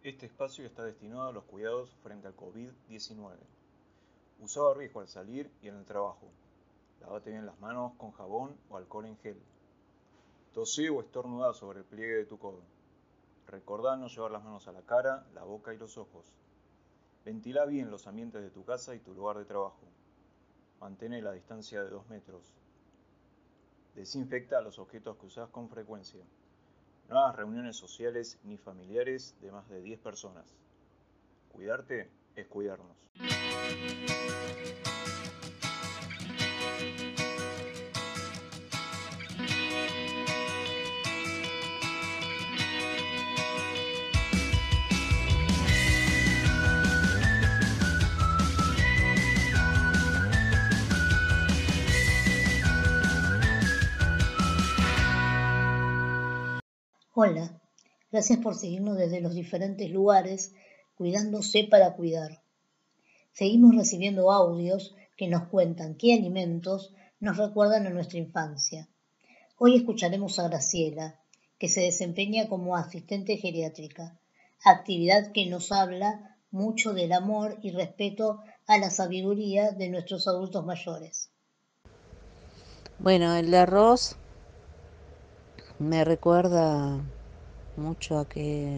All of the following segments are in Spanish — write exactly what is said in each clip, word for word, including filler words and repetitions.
Este espacio está destinado a los cuidados frente al COVID diecinueve. Usa barbijo al salir y en el trabajo. Lávate bien las manos con jabón o alcohol en gel. Tosé o estornuda sobre el pliegue de tu codo. Recordá no llevar las manos a la cara, la boca y los ojos. Ventila bien los ambientes de tu casa y tu lugar de trabajo. Mantén la distancia de dos metros. Desinfecta los objetos que usás con frecuencia. No hagas reuniones sociales ni familiares de más de diez personas. Cuidarte es cuidarnos. Hola, gracias por seguirnos desde los diferentes lugares, cuidándose para cuidar. Seguimos recibiendo audios que nos cuentan qué alimentos nos recuerdan a nuestra infancia. Hoy escucharemos a Graciela, que se desempeña como asistente geriátrica, actividad que nos habla mucho del amor y respeto a la sabiduría de nuestros adultos mayores. Bueno, el arroz me recuerda mucho a que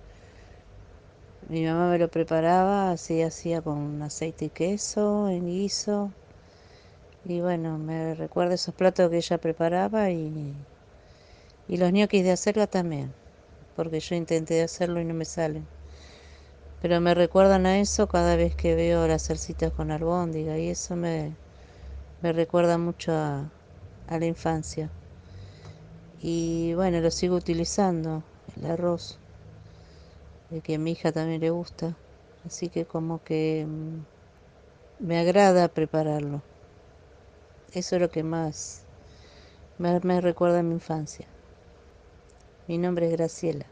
mi mamá me lo preparaba, así hacía con aceite y queso, en guiso. Y bueno, me recuerda esos platos que ella preparaba y, y los ñoquis de hacerla también, porque yo intenté hacerlo y no me salen. Pero me recuerdan a eso cada vez que veo las salsitas con albóndiga y eso me, me recuerda mucho a, a la infancia. Y bueno, lo sigo utilizando, el arroz, el que a mi hija también le gusta. Así que como que mmm, me agrada prepararlo. Eso es lo que más me, me recuerda a mi infancia. Mi nombre es Graciela.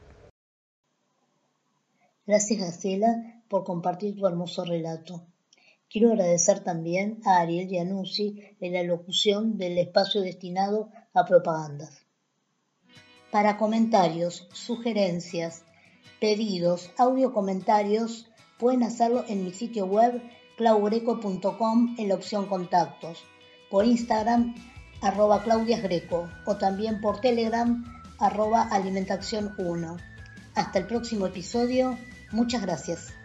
Gracias, Graciela, por compartir tu hermoso relato. Quiero agradecer también a Ariel Giannuzzi en la locución del espacio destinado a propagandas. Para comentarios, sugerencias, pedidos, audio comentarios, pueden hacerlo en mi sitio web clau greco punto com en la opción Contactos, por Instagram arroba claudiasgreco o también por Telegram arroba alimentación uno. Hasta el próximo episodio. Muchas gracias.